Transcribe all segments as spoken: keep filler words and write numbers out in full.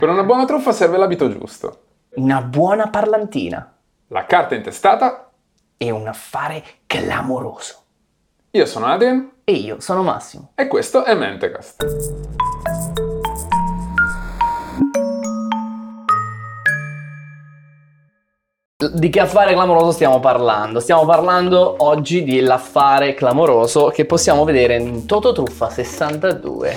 Per una buona truffa serve l'abito giusto. Una buona parlantina. La carta intestata. E un affare clamoroso. Io sono Adrian. E io sono Massimo. E questo è Mentecast. Di che affare clamoroso stiamo parlando? Stiamo parlando oggi dell'affare clamoroso che possiamo vedere in Tototruffa sessantadue.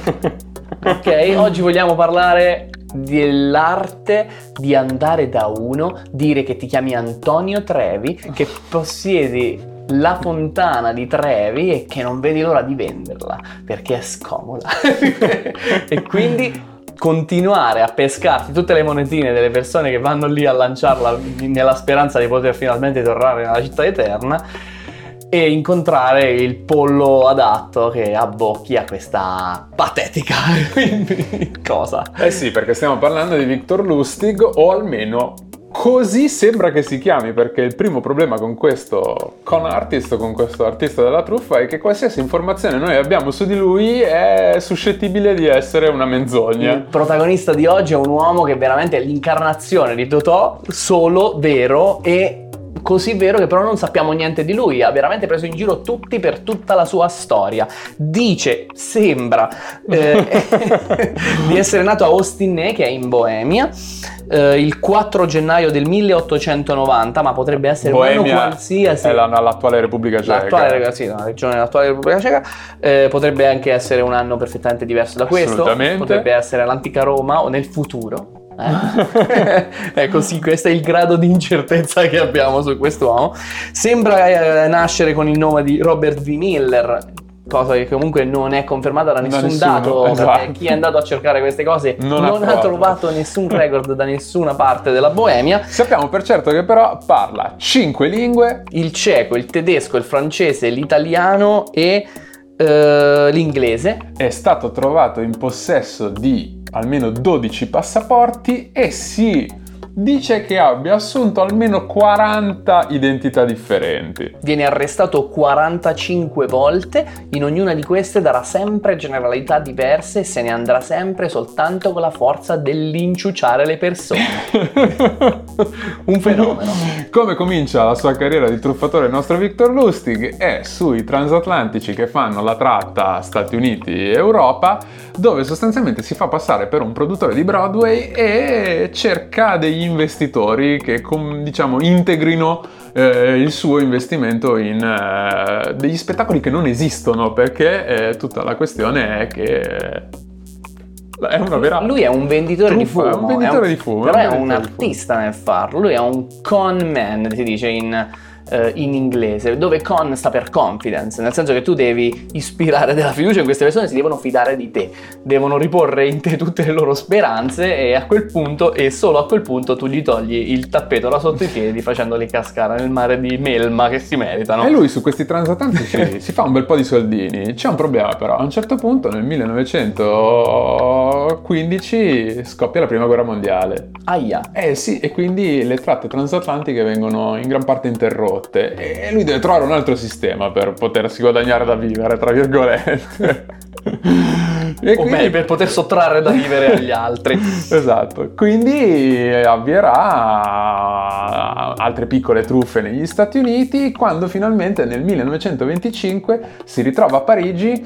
Ok, oggi vogliamo parlare dell'arte di andare da uno, dire che ti chiami Antonio Trevi, che possiedi la fontana di Trevi e che non vedi l'ora di venderla perché è scomoda. E quindi continuare a pescarti tutte le monetine delle persone che vanno lì a lanciarla nella speranza di poter finalmente tornare nella città eterna e incontrare il pollo adatto che abbocchi a questa patetica cosa. Eh sì, perché stiamo parlando di Victor Lustig, o almeno così sembra che si chiami, perché il primo problema con questo con artist, con questo artista della truffa, è che qualsiasi informazione noi abbiamo su di lui è suscettibile di essere una menzogna. Il protagonista di oggi è un uomo che veramente è l'incarnazione di Totò, solo, vero e così vero che però non sappiamo niente di lui. Ha veramente preso in giro tutti per tutta la sua storia. Dice, sembra eh, di essere nato a Ostinè, che è in Boemia, eh, il quattro gennaio del milleottocentonovanta, ma potrebbe essere Boemia un anno qualsiasi. È la, l'attuale Repubblica Ceca. L'attuale, sì, la regione dell'attuale Repubblica Ceca. Eh, potrebbe anche essere un anno perfettamente diverso da questo. Assolutamente. Potrebbe essere l'antica Roma o nel futuro. Eh? È così, questo è il grado di incertezza che abbiamo su quest'uomo. Sembra eh, nascere con il nome di Robert V. Miller, cosa che comunque non è confermata da nessun nessuno, dato, esatto. Perché chi è andato a cercare queste cose non, non ha, ha trovato nessun record da nessuna parte della Boemia. Sappiamo per certo che però parla cinque lingue: il ceco, il tedesco, il francese, l'italiano e Uh, l'inglese. È stato trovato in possesso di almeno dodici passaporti e si dice che abbia assunto almeno quaranta identità differenti. Viene arrestato quarantacinque volte, in ognuna di queste darà sempre generalità diverse e se ne andrà sempre soltanto con la forza dell'inciuciare le persone. Un fenomeno. Come comincia la sua carriera di truffatore il nostro Victor Lustig? È sui transatlantici che fanno la tratta Stati Uniti-Europa, dove sostanzialmente si fa passare per un produttore di Broadway e cerca degli investitori che, diciamo, integrino eh, il suo investimento in eh, degli spettacoli che non esistono, perché eh, tutta la questione è che è una vera lui è un venditore truffa, di fumo, è un venditore è un, di fumo, però è è un, un artista nel farlo. Lui è un con man, si dice in Uh, in inglese, dove con sta per confidence, nel senso che tu devi ispirare della fiducia in queste persone, si devono fidare di te, devono riporre in te tutte le loro speranze e a quel punto, e solo a quel punto, tu gli togli il tappeto da sotto i piedi facendoli cascare nel mare di melma che si meritano. E lui su questi transatlantici si fa un bel po' di soldini. C'è un problema però: a un certo punto nel millenovecentoquindici scoppia la prima guerra mondiale. Aia. Eh sì, e quindi le tratte transatlantiche vengono in gran parte interrotte e lui deve trovare un altro sistema per potersi guadagnare da vivere, tra virgolette. E o quindi... meglio, per poter sottrarre da vivere agli altri. Esatto, quindi avvierà altre piccole truffe negli Stati Uniti, quando finalmente nel millenovecentoventicinque si ritrova a Parigi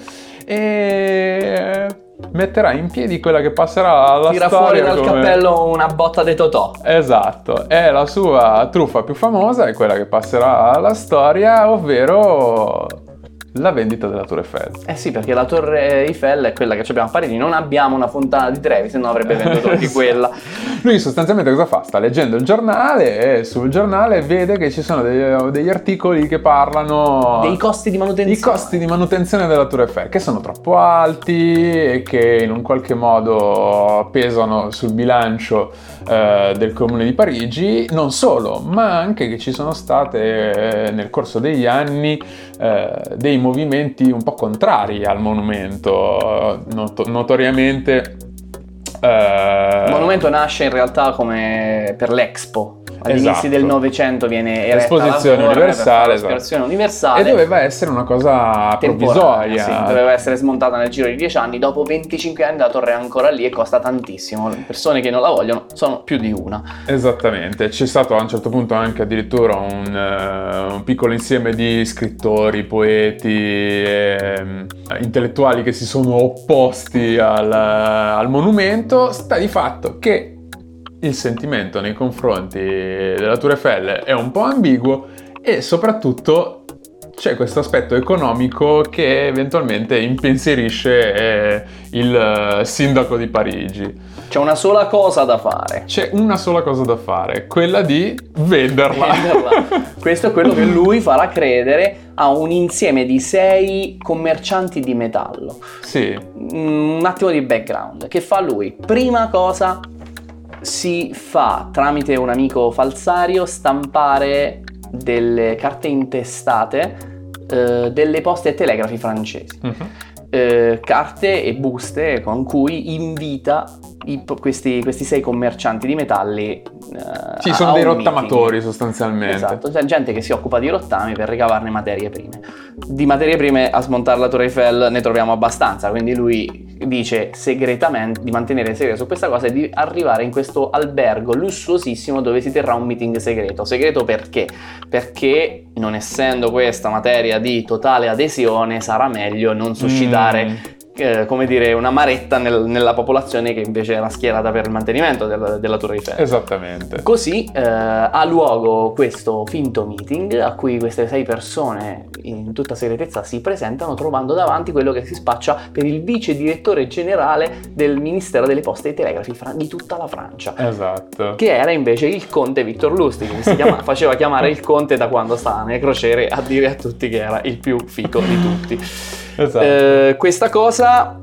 e metterà in piedi quella che passerà alla Tira storia. Tira fuori dal come... cappello una botta di Totò. Esatto, è la sua truffa più famosa, è quella che passerà alla storia, ovvero la vendita della Tour Eiffel. Eh sì, perché la Torre Eiffel è quella che abbiamo a Parigi, non abbiamo una fontana di Trevi, se no avrebbe venduto anche quella. Lui sostanzialmente cosa fa? Sta leggendo il giornale e sul giornale vede che ci sono degli, degli articoli che parlano dei costi di manutenzione. I costi di manutenzione della Tour Eiffel, che sono troppo alti e che in un qualche modo pesano sul bilancio eh, del Comune di Parigi. Non solo, ma anche che ci sono state eh, nel corso degli anni eh, dei movimenti un po' contrari al monumento, not- notoriamente. Il monumento nasce in realtà come per l'Expo. All'inizio Esatto. del Novecento viene eretta Esposizione la torre universale, per fare esatto. l'esposizione universale. E doveva essere una cosa temporanea, provvisoria. sì, doveva essere smontata nel giro di dieci anni. Dopo venticinque anni la torre è ancora lì e costa tantissimo. Le persone che non la vogliono sono più di una. Esattamente, c'è stato a un certo punto anche addirittura un, uh, un piccolo insieme di scrittori, poeti, e, uh, intellettuali che si sono opposti al, al monumento. Sta di fatto che il sentimento nei confronti della Tour Eiffel è un po' ambiguo e soprattutto c'è questo aspetto economico che eventualmente impensierisce eh, il uh, sindaco di Parigi. C'è una sola cosa da fare. C'è una sola cosa da fare, quella di venderla. Venderla. Questo è quello che lui farà credere a un insieme di sei commercianti di metallo. Sì. Un attimo di background. Che fa lui? Prima cosa, si fa tramite un amico falsario stampare delle carte intestate eh, delle poste e telegrafi francesi. Uh-huh. Eh, carte e buste con cui invita i, questi, questi sei commercianti di metalli eh, Sì, a, sono a dei un rottamatori meeting. sostanzialmente. Esatto, c'è gente che si occupa di rottami per ricavarne materie prime. Di materie prime a smontare la Tour Eiffel ne troviamo abbastanza, quindi lui dice segretamente di mantenere il segreto su questa cosa e di arrivare in questo albergo lussuosissimo dove si terrà un meeting segreto. Segreto perché? Perché non essendo questa materia di totale adesione sarà meglio non suscitare Mm. eh, come dire una maretta nel- nella popolazione che invece era schierata per il mantenimento del- della Tour Eiffel. Esattamente. Così eh, ha luogo questo finto meeting a cui queste sei persone in tutta segretezza si presentano, trovando davanti quello che si spaccia per il vice direttore generale del Ministero delle Poste e Telegrafi fra- di tutta la Francia, Esatto. che era invece il conte Victor Lustig, che si chiama- faceva chiamare il conte da quando stava nelle crociere a dire a tutti che era il più fico di tutti. Esatto. Eh, questa cosa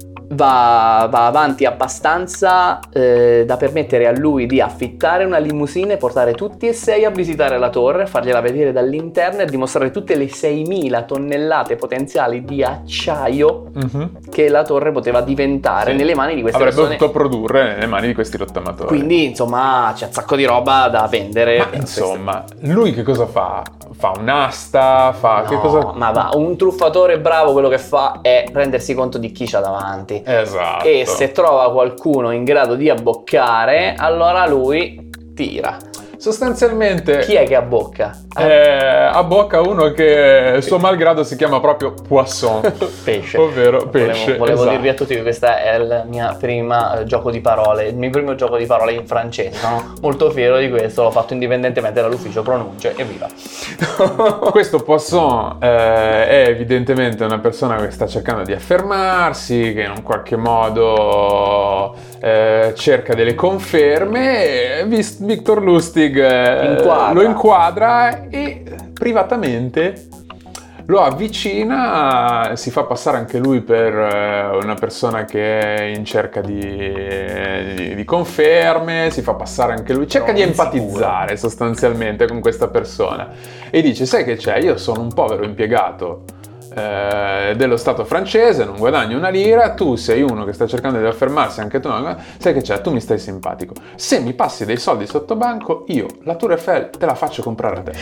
va, va avanti abbastanza eh, da permettere a lui di affittare una limousine, portare tutti e sei a visitare la torre, fargliela vedere dall'interno e dimostrare tutte le seimila tonnellate potenziali di acciaio Mhm. che la torre poteva diventare Sì. nelle mani di queste Avrebbe persone. potuto produrre nelle mani di questi rottamatori. Quindi insomma c'è un sacco di roba da vendere. Ma insomma, lui che cosa fa? Fa un'asta, fa No, che cosa? ma va, un truffatore bravo quello che fa è rendersi conto di chi c'ha davanti. Esatto. E se trova qualcuno in grado di abboccare, allora lui tira. Sostanzialmente Chi è che abbocca? eh, abbocca uno che suo malgrado si chiama proprio Poisson, Pesce. ovvero pesce. Volevo, volevo esatto. dirvi a tutti che questa è il mio prima eh, gioco di parole, il mio primo gioco di parole in francese. Sono molto fiero di questo, l'ho fatto indipendentemente dall'ufficio pronunce e viva. Questo Poisson eh, è evidentemente una persona che sta cercando di affermarsi, che in un qualche modo eh, cerca delle conferme. E Vis- Victor Lustig eh, Inquadra. lo inquadra e privatamente lo avvicina, si fa passare anche lui per eh, una persona che è in cerca di, di, di conferme, si fa passare anche lui, cerca di insicuro. empatizzare sostanzialmente con questa persona e dice: sai che c'è, io sono un povero impiegato eh, dello Stato francese, non guadagno una lira, tu sei uno che sta cercando di affermarsi, anche tu, sai che c'è, tu mi stai simpatico, se mi passi dei soldi sotto banco io la Tour Eiffel te la faccio comprare a te.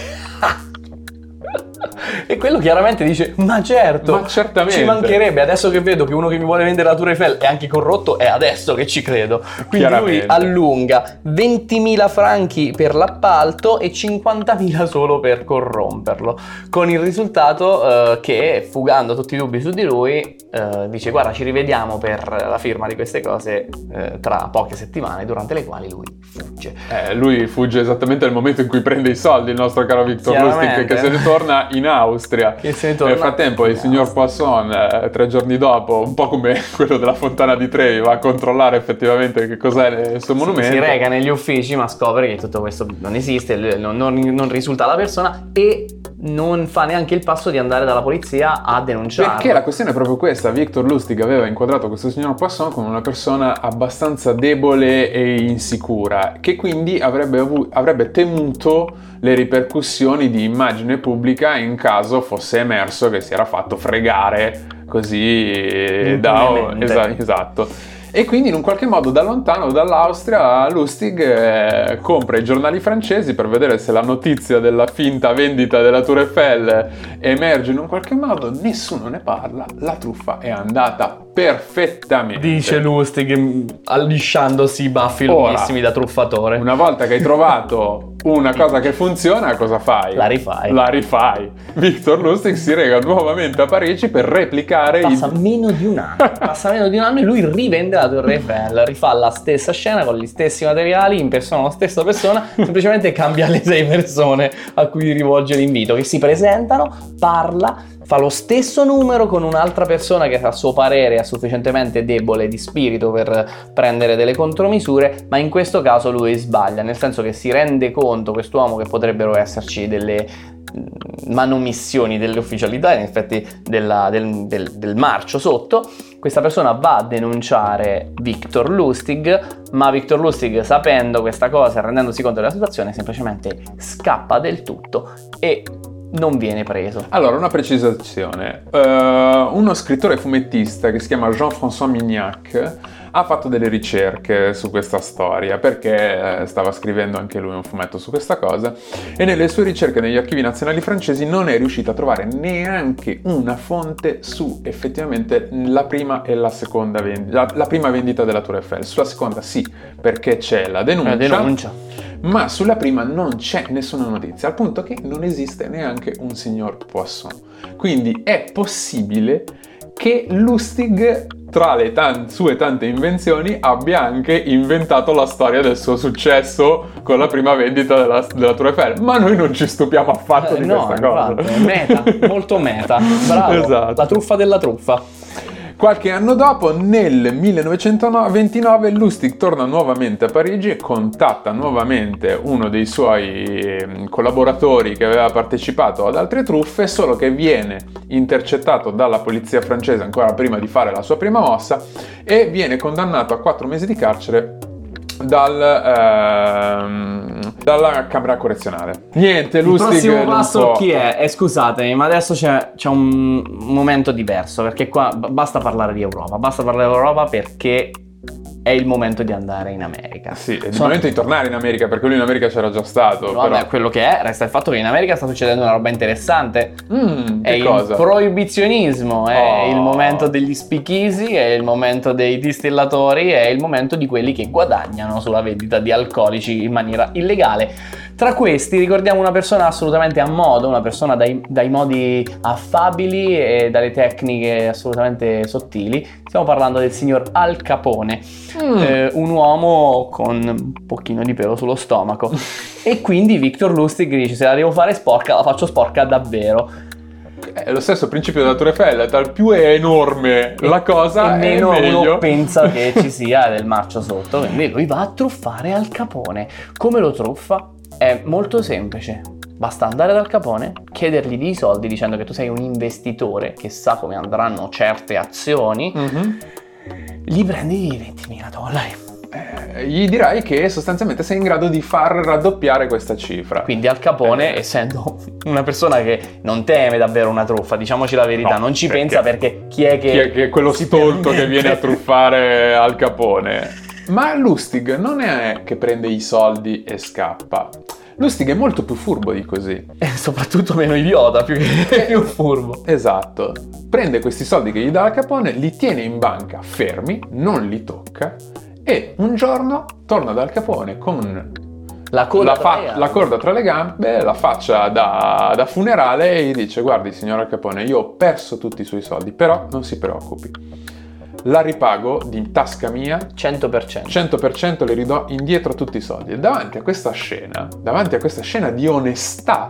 E quello chiaramente dice: ma certo, Ma certamente. ci mancherebbe, adesso che vedo che uno che mi vuole vendere la Tour Eiffel è anche corrotto, è adesso che ci credo. Quindi lui Chiaramente. allunga ventimila franchi per l'appalto e cinquantamila solo per corromperlo, con il risultato eh, che, fugando tutti i dubbi su di lui, eh, dice: guarda, ci rivediamo per la firma di queste cose eh, tra poche settimane, durante le quali lui fugge. Eh, lui fugge esattamente nel momento in cui prende i soldi, il nostro caro Victor Lustig, Chiaramente. che se ne torna in Austria. Che se ne torna Nel frattempo in il signor Austria. Poisson, eh, tre giorni dopo, un po' come quello della Fontana di Trevi, va a controllare effettivamente che cos'è il suo monumento. Si reca negli uffici, ma scopre che tutto questo non esiste, lui non, non- non risulta alla persona e non fa neanche il passo di andare dalla polizia a denunciarlo. Perché la questione è proprio questa: Victor Lustig aveva inquadrato questo signor Poisson come una persona abbastanza debole e insicura, che quindi avrebbe, avu- avrebbe temuto le ripercussioni di immagine pubblica in caso fosse emerso che si era fatto fregare così da... Impunemente. Esa- esatto. E quindi in un qualche modo da lontano, dall'Austria, Lustig eh, compra i giornali francesi per vedere se la notizia della finta vendita della Tour Eiffel emerge in un qualche modo. Nessuno ne parla, la truffa è andata perfettamente. Dice Lustig, allisciandosi i baffi lunghissimi da truffatore. Una volta che hai trovato una cosa che funziona, cosa fai? La rifai. La rifai. Victor Lustig si reca nuovamente a Parigi per replicare. Passa i... meno di un anno. Passa meno di un anno e lui rivende la Torre Eiffel, rifà la stessa scena con gli stessi materiali, impersona la stessa persona, semplicemente cambia le sei persone a cui rivolge l'invito, che si presentano, parla, fa lo stesso numero con un'altra persona che a suo parere è sufficientemente debole di spirito per prendere delle contromisure, ma in questo caso lui sbaglia, nel senso che si rende conto quest'uomo che potrebbero esserci delle manomissioni delle ufficialità, in effetti della, del, del, del marcio sotto. Questa persona va a denunciare Victor Lustig, ma Victor Lustig, sapendo questa cosa e rendendosi conto della situazione, semplicemente scappa del tutto e non viene preso. Allora, una precisazione. Uh, uno scrittore fumettista che si chiama Jean-François Mignac ha fatto delle ricerche su questa storia perché eh, stava scrivendo anche lui un fumetto su questa cosa, e nelle sue ricerche negli archivi nazionali francesi non è riuscito a trovare neanche una fonte su effettivamente la prima e la seconda vendita, la, la prima vendita della Tour Eiffel. Sulla seconda sì, perché c'è la denuncia, la denuncia. Ma sulla prima non c'è nessuna notizia, al punto che non esiste neanche un signor Poisson. Quindi è possibile che Lustig, tra le tante, sue tante invenzioni, abbia anche inventato la storia del suo successo con la prima vendita della, della Tour Eiffel, ma noi non ci stupiamo affatto eh, di no, questa cosa. Infatti, meta, molto meta, bravo, esatto. La truffa della truffa. Qualche anno dopo, nel millenovecentoventinove, Lustig torna nuovamente a Parigi e contatta nuovamente uno dei suoi collaboratori che aveva partecipato ad altre truffe, solo che viene intercettato dalla polizia francese ancora prima di fare la sua prima mossa e viene condannato a quattro mesi di carcere dal, ehm, dalla camera correzionale. Niente, Lustig. Il prossimo passo può... chi è? Eh, scusatemi, ma adesso c'è, c'è un momento diverso, perché qua b- basta parlare di Europa, basta parlare di Europa perché è il momento di andare in America. Sì, è il Sono... momento di tornare in America, perché lui in America c'era già stato. No, però... vabbè, quello che è, resta il fatto che in America sta succedendo una roba interessante. Mm, è che il cosa? proibizionismo, è Oh. il momento degli speakeasy, è il momento dei distillatori, è il momento di quelli che guadagnano sulla vendita di alcolici in maniera illegale. Tra questi ricordiamo una persona assolutamente a modo, una persona dai, dai modi affabili e dalle tecniche assolutamente sottili. Stiamo parlando del signor Al Capone, mm. eh, un uomo con un pochino di pelo sullo stomaco. E quindi Victor Lustig dice: se la devo fare sporca, la faccio sporca davvero. È lo stesso principio della Tour Eiffel, tal più è enorme e, la cosa e meno è meglio. Uno pensa che ci sia del marcio sotto, quindi lui va a truffare Al Capone. Come lo truffa? È molto semplice. Basta andare dal Capone, chiedergli di soldi dicendo che tu sei un investitore che sa come andranno certe azioni, mm-hmm. Gli prendi ventimila dollari. Eh, gli dirai che sostanzialmente sei in grado di far raddoppiare questa cifra. Quindi Al Capone, eh. essendo una persona che non teme davvero una truffa, diciamoci la verità, no, non ci perché pensa perché chi è che... Chi è, che è quello stolto che viene a truffare Al Capone? Ma Lustig non è che prende i soldi e scappa. Lustig è molto più furbo di così. E soprattutto meno idiota, più che più furbo. Esatto. Prende questi soldi che gli dà Al Capone, li tiene in banca fermi, non li tocca, e un giorno torna dal Capone con la, coda la, tra fa- la corda tra le gambe, la faccia da, da funerale, e gli dice: guardi signor Al Capone, io ho perso tutti i suoi soldi, però non si preoccupi, la ripago di tasca mia cento per cento. cento per cento le ridò indietro tutti i soldi. E davanti a questa scena, davanti a questa scena di onestà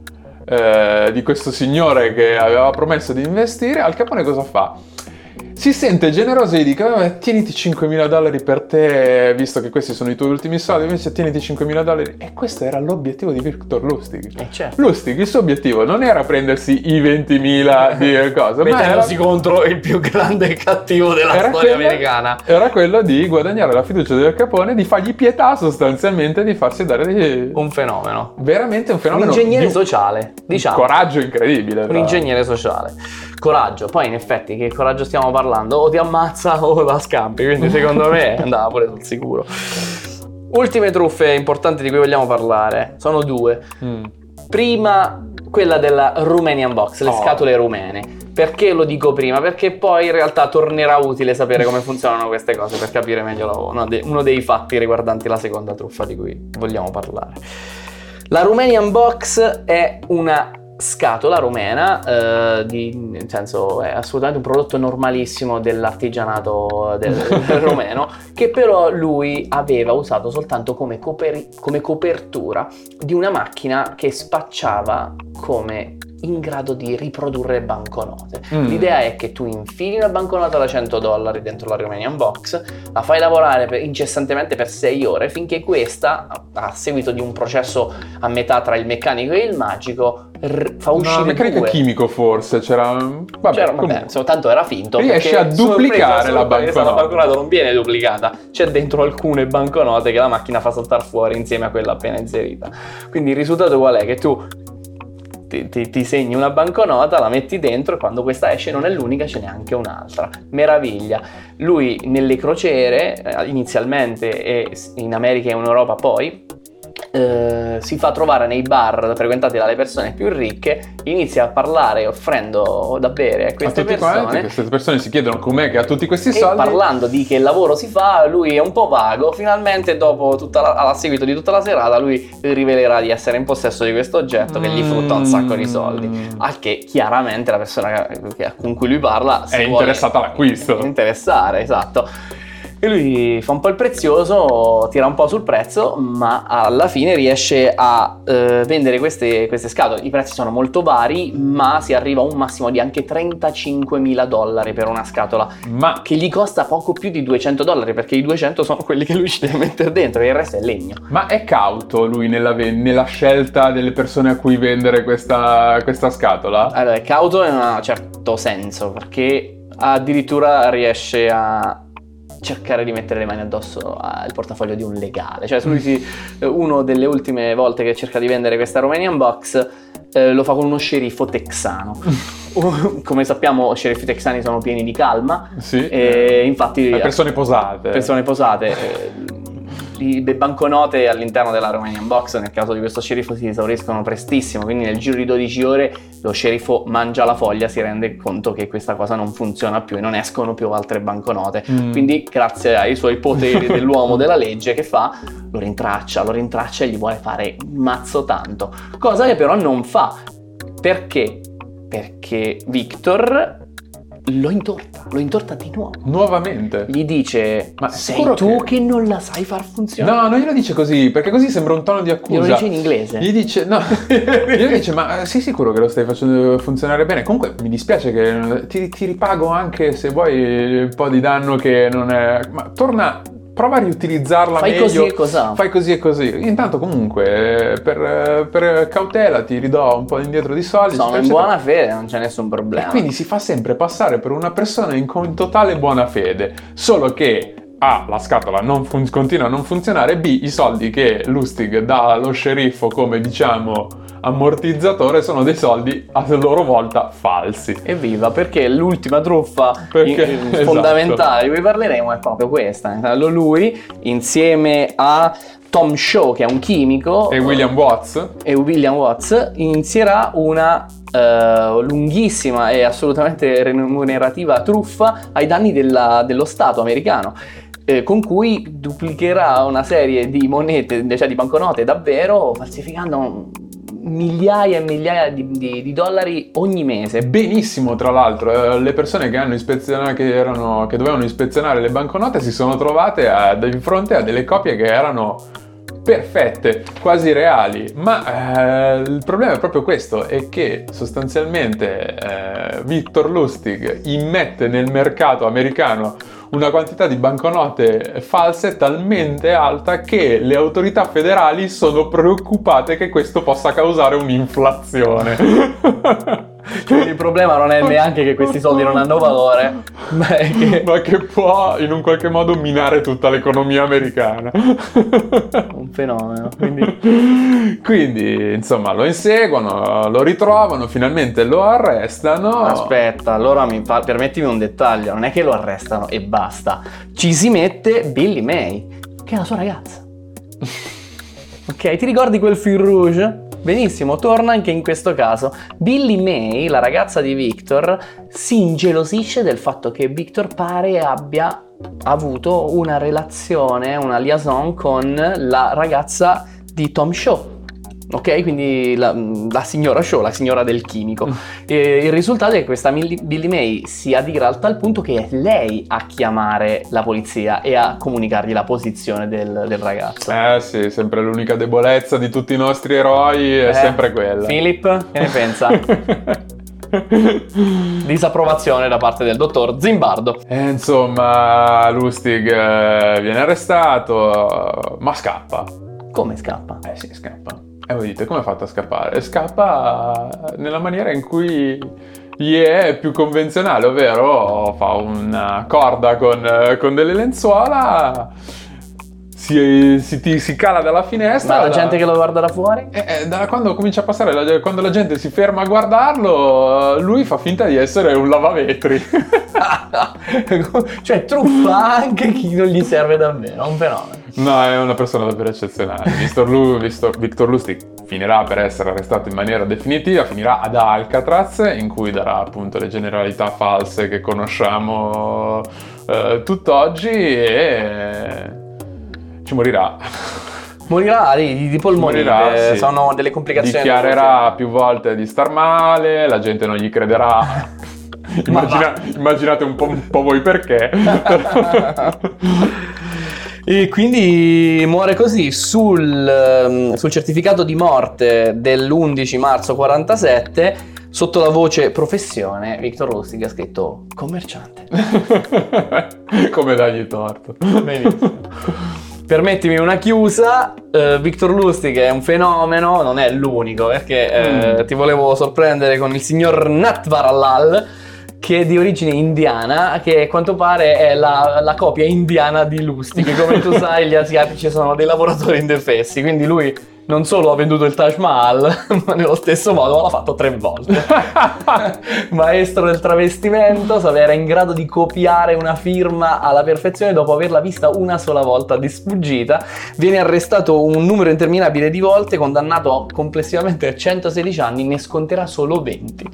eh, di questo signore che aveva promesso di investire, Al Capone cosa fa? Si sente generoso e gli dice: vabbè, tieniti cinquemila dollari per te, visto che questi sono i tuoi ultimi soldi, invece tieniti cinquemila dollari. E questo era l'obiettivo di Victor Lustig. Eh certo. Lustig, il suo obiettivo non era prendersi i ventimila di cosa, ma era contro il più grande e cattivo della era storia quello, americana. Era quello di guadagnare la fiducia del Capone, di fargli pietà sostanzialmente, di farsi dare dei... un fenomeno. Veramente un fenomeno. Un ingegnere di... sociale, diciamo. Coraggio incredibile. Un ingegnere sociale. Coraggio. Poi in effetti che coraggio stiamo parlando? Orlando o ti ammazza o la scampi, quindi secondo me andava pure sul sicuro. Ultime truffe importanti di cui vogliamo parlare, sono due. Mm. Prima, quella della Romanian Box, le oh. scatole rumene. Perché lo dico prima? Perché poi in realtà tornerà utile sapere come funzionano queste cose per capire meglio uno dei, uno dei fatti riguardanti la seconda truffa di cui vogliamo parlare. La Romanian Box è una scatola rumena, eh, di, nel senso è assolutamente un prodotto normalissimo dell'artigianato del, del rumeno, che però lui aveva usato soltanto come, coperi, come copertura di una macchina che spacciava come in grado di riprodurre banconote. Mm. L'idea è che tu infili una banconota da cento dollari dentro la Romanian Box, la fai lavorare per, incessantemente per sei ore finché questa, a, a seguito di un processo a metà tra il meccanico e il magico, r- fa uscire no, meccanica due. chimico forse, c'era... Vabbè, c'era, vabbè soltanto era finto. Riesce a duplicare la banconota. La banconota non viene duplicata, c'è dentro alcune banconote che la macchina fa saltare fuori insieme a quella appena inserita. Quindi il risultato qual è? Che tu Ti, ti, ti segni una banconota, la metti dentro e quando questa esce non è l'unica, ce n'è anche un'altra. Meraviglia. Lui nelle crociere, inizialmente e in America e in Europa poi, eh, si fa trovare nei bar frequentati dalle persone più ricche, inizia a parlare offrendo da bere a queste a tutti persone. Quanti, queste persone si chiedono com'è che ha tutti questi e soldi. Parlando di che lavoro si fa, lui è un po' vago. Finalmente, dopo tutta la, a seguito di tutta la serata, lui rivelerà di essere in possesso di questo oggetto che gli frutta un sacco di soldi. Al che chiaramente la persona che, che, con cui lui parla è interessata all'acquisto. Interessare, esatto. E lui fa un po' il prezioso, tira un po' sul prezzo, ma alla fine riesce a eh, vendere queste, queste scatole. I prezzi sono molto vari, ma si arriva a un massimo di anche trentacinquemila dollari per una scatola, ma che gli costa poco più di duecento dollari, perché i duecento sono quelli che lui ci deve mettere dentro e il resto è legno. Ma è cauto lui nella, nella scelta delle persone a cui vendere questa, questa scatola? Allora, è cauto in un certo senso, perché addirittura riesce a cercare di mettere le mani addosso al portafoglio di un legale. Cioè lui si, uno delle ultime volte che cerca di vendere questa Romanian Box eh, lo fa con uno sceriffo texano. Come sappiamo, sceriffi texani sono pieni di calma. Sì. E infatti persone posate. Persone posate. Eh, le banconote all'interno della Romanian Box, nel caso di questo sceriffo, si esauriscono prestissimo, quindi nel giro di dodici ore lo sceriffo mangia la foglia, si rende conto che questa cosa non funziona più e non escono più altre banconote. Mm. Quindi grazie ai suoi poteri dell'uomo della legge, che fa? Lo rintraccia, lo rintraccia e gli vuole fare un mazzo tanto, cosa che però non fa. Perché? Perché Victor lo intorta, lo intorta di nuovo. Nuovamente. Gli dice, ma sei tu che... che non la sai far funzionare? No, non glielo dice così, perché così sembra un tono di accusa. Glielo dice in inglese. Gli dice, no, gli dice, ma sei sicuro che lo stai facendo funzionare bene? Comunque mi dispiace che ti, ti ripago anche se vuoi il po' di danno che non è... Ma torna... Prova a riutilizzarla Fai meglio. Fai così e cos'ha. Fai così e così. Intanto comunque per, per cautela ti ridò un po' indietro di soldi. Sono in buona fede, non c'è nessun problema. E quindi si fa sempre passare per una persona in, in totale buona fede. Solo che A, la scatola non fun- continua a non funzionare, B, i soldi che Lustig dà allo sceriffo come, diciamo, ammortizzatore sono dei soldi a loro volta falsi. Evviva, perché l'ultima truffa perché, in, in, fondamentale esatto. di cui parleremo è proprio questa. Lui, insieme a Tom Shaw, che è un chimico, e William Watts, e William Watts inizierà una uh, lunghissima e assolutamente remunerativa truffa ai danni della, dello Stato americano, eh, con cui duplicherà una serie di monete, cioè di banconote davvero, falsificando migliaia e migliaia di, di, di dollari ogni mese. Benissimo, tra l'altro, le persone che hanno ispezionato, che erano, che dovevano ispezionare le banconote, si sono trovate a, di fronte a delle copie che erano perfette, quasi reali. Ma eh, il problema è proprio questo, è che sostanzialmente eh, Victor Lustig immette nel mercato americano una quantità di banconote false talmente alta che le autorità federali sono preoccupate che questo possa causare un'inflazione. Cioè, il problema non è neanche che questi soldi non hanno valore, ma è che... ma che può in un qualche modo minare tutta l'economia americana. Un fenomeno. Quindi... Quindi, insomma, lo inseguono, lo ritrovano, finalmente lo arrestano. Aspetta, allora mi fa... permettimi un dettaglio, non è che lo arrestano e basta. Ci si mette Billie May, che è la sua ragazza. Ok, ti ricordi quel fil rouge? Benissimo, torna anche in questo caso. Billie May, la ragazza di Victor, si ingelosisce del fatto che Victor pare abbia avuto una relazione, una liaison con la ragazza di Tom Shaw. Ok, quindi la, la signora Shaw, la signora del chimico. E il risultato è che questa Billie May si adira a tal punto che è lei a chiamare la polizia e a comunicargli la posizione del, del ragazzo. Eh sì, sempre l'unica debolezza di tutti i nostri eroi è Eh, sempre quella. Philip, che ne pensa? Disapprovazione da parte del dottor Zimbardo. E insomma, Lustig eh, viene arrestato, ma scappa. Come scappa? Eh sì, scappa. E voi dite, come ha fatto a scappare? Scappa nella maniera in cui gli è più convenzionale, ovvero fa una corda con, con delle lenzuola, si, si, ti- si cala dalla finestra. Ma la da- gente che lo guarda da fuori? E, e da quando comincia a passare, la- quando la gente si ferma a guardarlo, lui fa finta di essere un lavavetri. Cioè truffa anche chi non gli serve davvero, un fenomeno. No, è una persona davvero eccezionale. Victor, Lu- Victor- Victor Lustig finirà per essere arrestato in maniera definitiva, finirà ad Alcatraz, in cui darà appunto le generalità false che conosciamo eh, tutt'oggi e ci morirà. Morirà di, di polmonite, Morirà, sì. sono delle complicazioni. Dichiarerà più volte di star male, la gente non gli crederà. Immagina- immaginate un po', un po' voi perché. E quindi muore così. Sul, sul certificato di morte dell'undici marzo quarantasette, sotto la voce professione, Victor Lustig ha scritto commerciante. Come dargli torto. Benissimo. Permettimi una chiusa, uh, Victor Lustig è un fenomeno, non è l'unico, perché uh, mm. ti volevo sorprendere con il signor Natvarlal, che è di origine indiana, che a quanto pare è la, la copia indiana di Lustig. Come tu sai, gli asiatici sono dei lavoratori indefessi, quindi lui non solo ha venduto il Taj Mahal, ma nello stesso modo l'ha fatto tre volte. Maestro del travestimento, era in grado di copiare una firma alla perfezione dopo averla vista una sola volta di sfuggita. Viene arrestato un numero interminabile di volte, condannato complessivamente a centosedici anni, ne sconterà solo venti.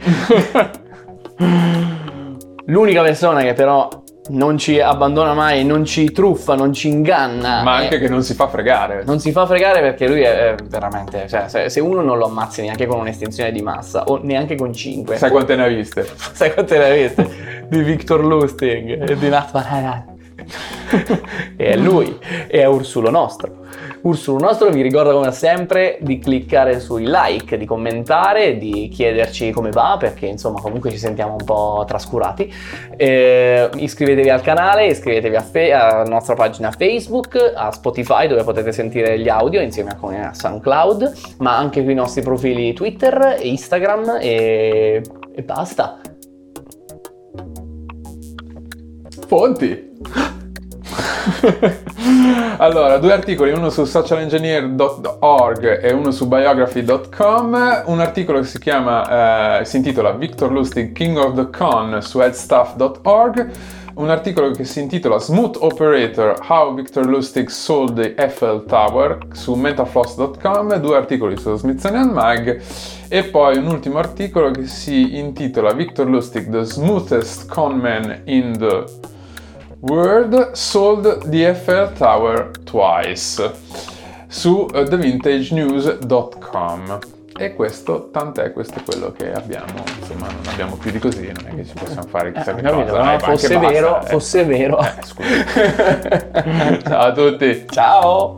L'unica persona che però non ci abbandona mai, non ci truffa, non ci inganna, ma anche che non si fa fregare. Non si fa fregare, perché lui è, è veramente, cioè se, se uno non lo ammazzi neanche con un'estensione di massa o neanche con cinque. Sai quante ne ha viste? Sai quante ne hai viste? Di Victor Lustig e di Natvarlal. E è lui, e è Ursulo nostro. Ursulo nostro vi ricorda come sempre di cliccare sui like, di commentare, di chiederci come va, perché insomma comunque ci sentiamo un po' trascurati. Eh, iscrivetevi al canale, iscrivetevi a fe- alla nostra pagina Facebook, a Spotify, dove potete sentire gli audio insieme a, a SoundCloud, ma anche sui nostri profili Twitter e Instagram, e, e basta. Fonti. Allora, due articoli, uno su social engineer dot org e uno su biography dot com. Un articolo che si chiama, eh, si intitola Victor Lustig, King of the Con su headstuff dot org. Un articolo che si intitola Smooth Operator, How Victor Lustig Sold the Eiffel Tower su metafloss dot com. Due articoli su Smithsonian Mag. E poi un ultimo articolo che si intitola Victor Lustig, The Smoothest Conman in the World, Sold the Eiffel Tower Twice su uh, the vintage news dot com. E questo, tant'è, questo è quello che abbiamo. Insomma, non abbiamo più di così, non è che ci possiamo fare chissà Eh, che capito, cosa. no? Eh, Fosse anche vero, basta, eh. fosse vero. Eh, scusa. Ciao a tutti. Ciao.